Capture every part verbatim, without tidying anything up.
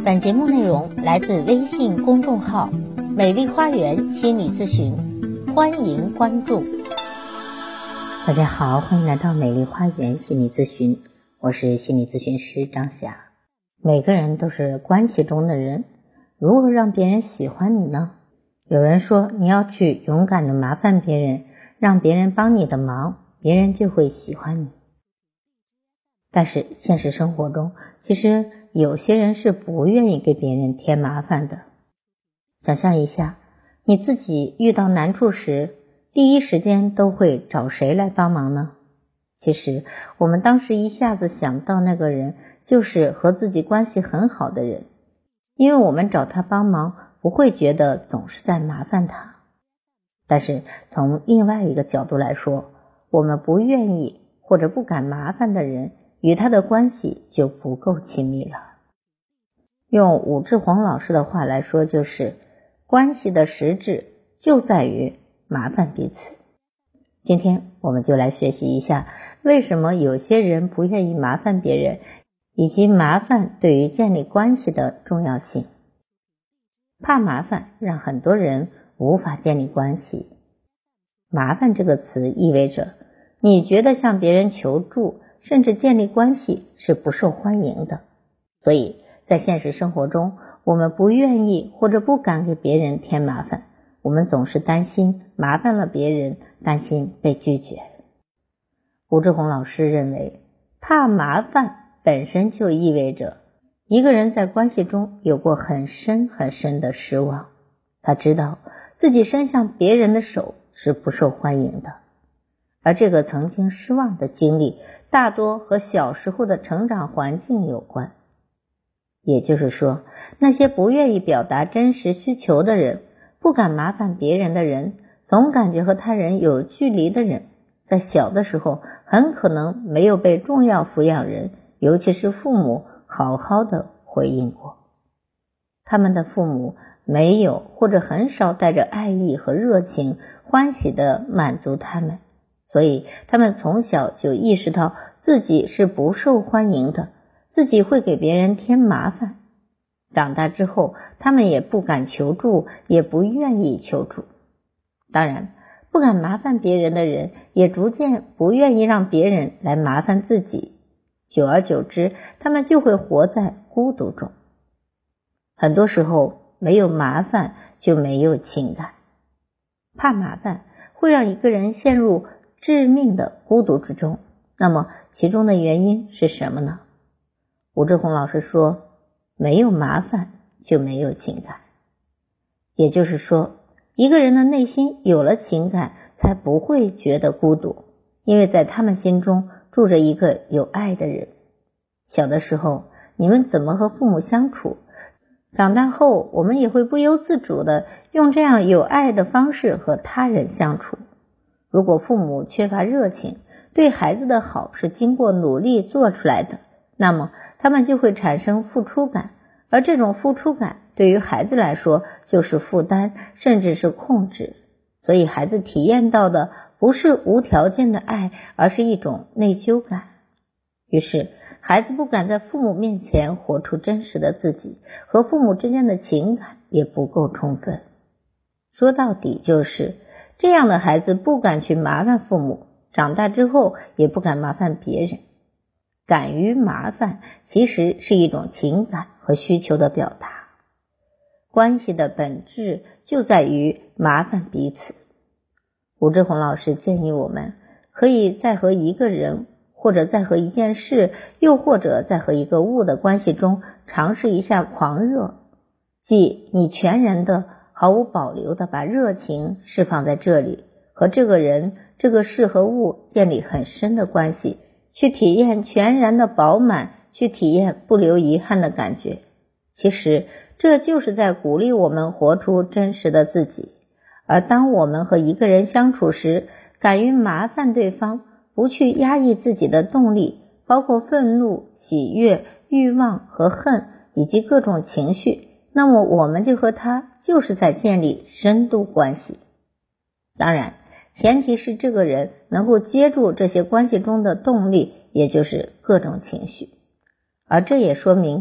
本节目内容来自微信公众号美丽花园心理咨询，欢迎关注。大家好，欢迎来到美丽花园心理咨询，我是心理咨询师张霞。每个人都是关系中的人，如何让别人喜欢你呢？有人说你要去勇敢的麻烦别人，让别人帮你的忙，别人就会喜欢你。但是现实生活中，其实有些人是不愿意给别人添麻烦的。想象一下，你自己遇到难处时，第一时间都会找谁来帮忙呢？其实我们当时一下子想到那个人，就是和自己关系很好的人，因为我们找他帮忙，不会觉得总是在麻烦他。但是从另外一个角度来说，我们不愿意或者不敢麻烦的人，与他的关系就不够亲密了。用武志红老师的话来说，就是关系的实质就在于麻烦彼此。今天我们就来学习一下，为什么有些人不愿意麻烦别人，以及麻烦对于建立关系的重要性。怕麻烦让很多人无法建立关系。麻烦这个词意味着你觉得向别人求助甚至建立关系是不受欢迎的，所以在现实生活中，我们不愿意或者不敢给别人添麻烦，我们总是担心麻烦了别人，担心被拒绝。吴志红老师认为，怕麻烦本身就意味着一个人在关系中有过很深很深的失望，他知道自己伸向别人的手是不受欢迎的，而这个曾经失望的经历大多和小时候的成长环境有关。也就是说，那些不愿意表达真实需求的人，不敢麻烦别人的人，总感觉和他人有距离的人，在小的时候很可能没有被重要抚养人，尤其是父母好好的回应过。他们的父母没有或者很少带着爱意和热情欢喜的满足他们，所以他们从小就意识到自己是不受欢迎的，自己会给别人添麻烦。长大之后，他们也不敢求助，也不愿意求助。当然，不敢麻烦别人的人，也逐渐不愿意让别人来麻烦自己。久而久之，他们就会活在孤独中。很多时候，没有麻烦就没有情感。怕麻烦会让一个人陷入致命的孤独之中，那么其中的原因是什么呢？吴志红老师说，没有麻烦就没有情感。也就是说，一个人的内心有了情感，才不会觉得孤独，因为在他们心中住着一个有爱的人。小的时候，你们怎么和父母相处？长大后，我们也会不由自主的用这样有爱的方式和他人相处。如果父母缺乏热情，对孩子的好是经过努力做出来的，那么他们就会产生付出感，而这种付出感对于孩子来说就是负担，甚至是控制。所以孩子体验到的不是无条件的爱，而是一种内疚感。于是孩子不敢在父母面前活出真实的自己，和父母之间的情感也不够充分。说到底就是这样的孩子不敢去麻烦父母，长大之后也不敢麻烦别人。敢于麻烦其实是一种情感和需求的表达。关系的本质就在于麻烦彼此。吴志红老师建议我们可以在和一个人，或者在和一件事，又或者在和一个物的关系中尝试一下狂热，即你全然的毫无保留的把热情释放在这里，和这个人这个事和物建立很深的关系，去体验全然的饱满，去体验不留遗憾的感觉。其实这就是在鼓励我们活出真实的自己。而当我们和一个人相处时，敢于麻烦对方，不去压抑自己的动力，包括愤怒、喜悦、欲望和恨以及各种情绪，那么我们就和他就是在建立深度关系。当然，前提是这个人能够接住这些关系中的动力，也就是各种情绪。而这也说明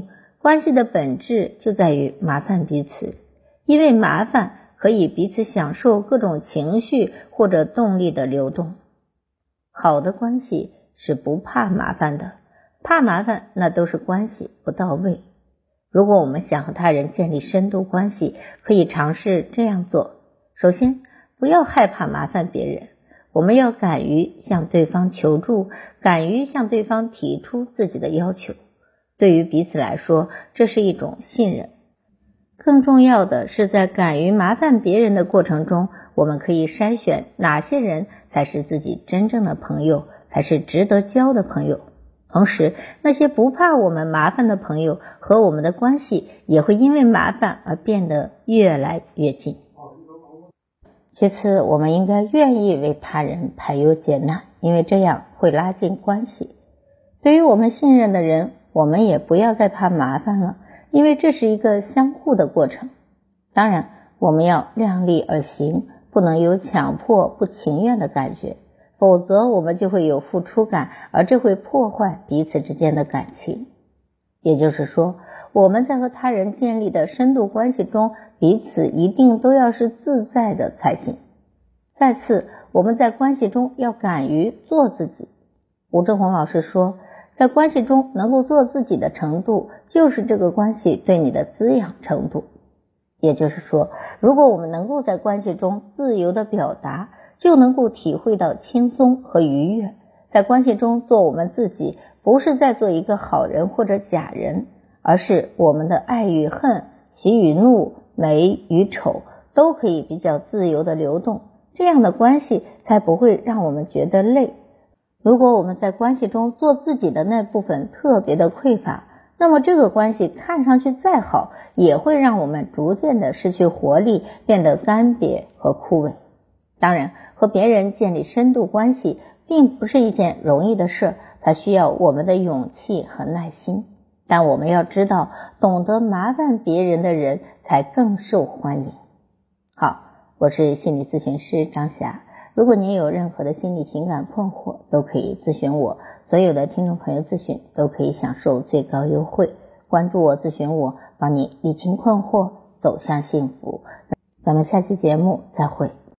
关系的本质就在于麻烦彼此，因为麻烦可以彼此享受各种情绪或者动力的流动。好的关系是不怕麻烦的，怕麻烦那都是关系不到位。如果我们想和他人建立深度关系，可以尝试这样做。首先，不要害怕麻烦别人，我们要敢于向对方求助，敢于向对方提出自己的要求。对于彼此来说，这是一种信任。更重要的是，在敢于麻烦别人的过程中，我们可以筛选哪些人才是自己真正的朋友，才是值得交的朋友。同时，那些不怕我们麻烦的朋友和我们的关系也会因为麻烦而变得越来越近。其次，我们应该愿意为他人排忧解难，因为这样会拉近关系。对于我们信任的人，我们也不要再怕麻烦了，因为这是一个相互的过程。当然，我们要量力而行，不能有强迫不情愿的感觉，否则我们就会有付出感，而这会破坏彼此之间的感情。也就是说，我们在和他人建立的深度关系中，彼此一定都要是自在的才行。再次，我们在关系中要敢于做自己。吴志红老师说，在关系中能够做自己的程度，就是这个关系对你的滋养程度。也就是说，如果我们能够在关系中自由的表达，就能够体会到轻松和愉悦。在关系中做我们自己，不是在做一个好人或者假人，而是我们的爱与恨、喜与怒、美与丑都可以比较自由的流动，这样的关系才不会让我们觉得累。如果我们在关系中做自己的那部分特别的匮乏，那么这个关系看上去再好，也会让我们逐渐的失去活力，变得干瘪和枯萎。当然，和别人建立深度关系并不是一件容易的事，它需要我们的勇气和耐心。但我们要知道，懂得麻烦别人的人才更受欢迎。好，我是心理咨询师张霞。如果您有任何的心理情感困惑，都可以咨询我，所有的听众朋友咨询都可以享受最高优惠。关注我，咨询我，帮你理清困惑，走向幸福。咱们下期节目再会。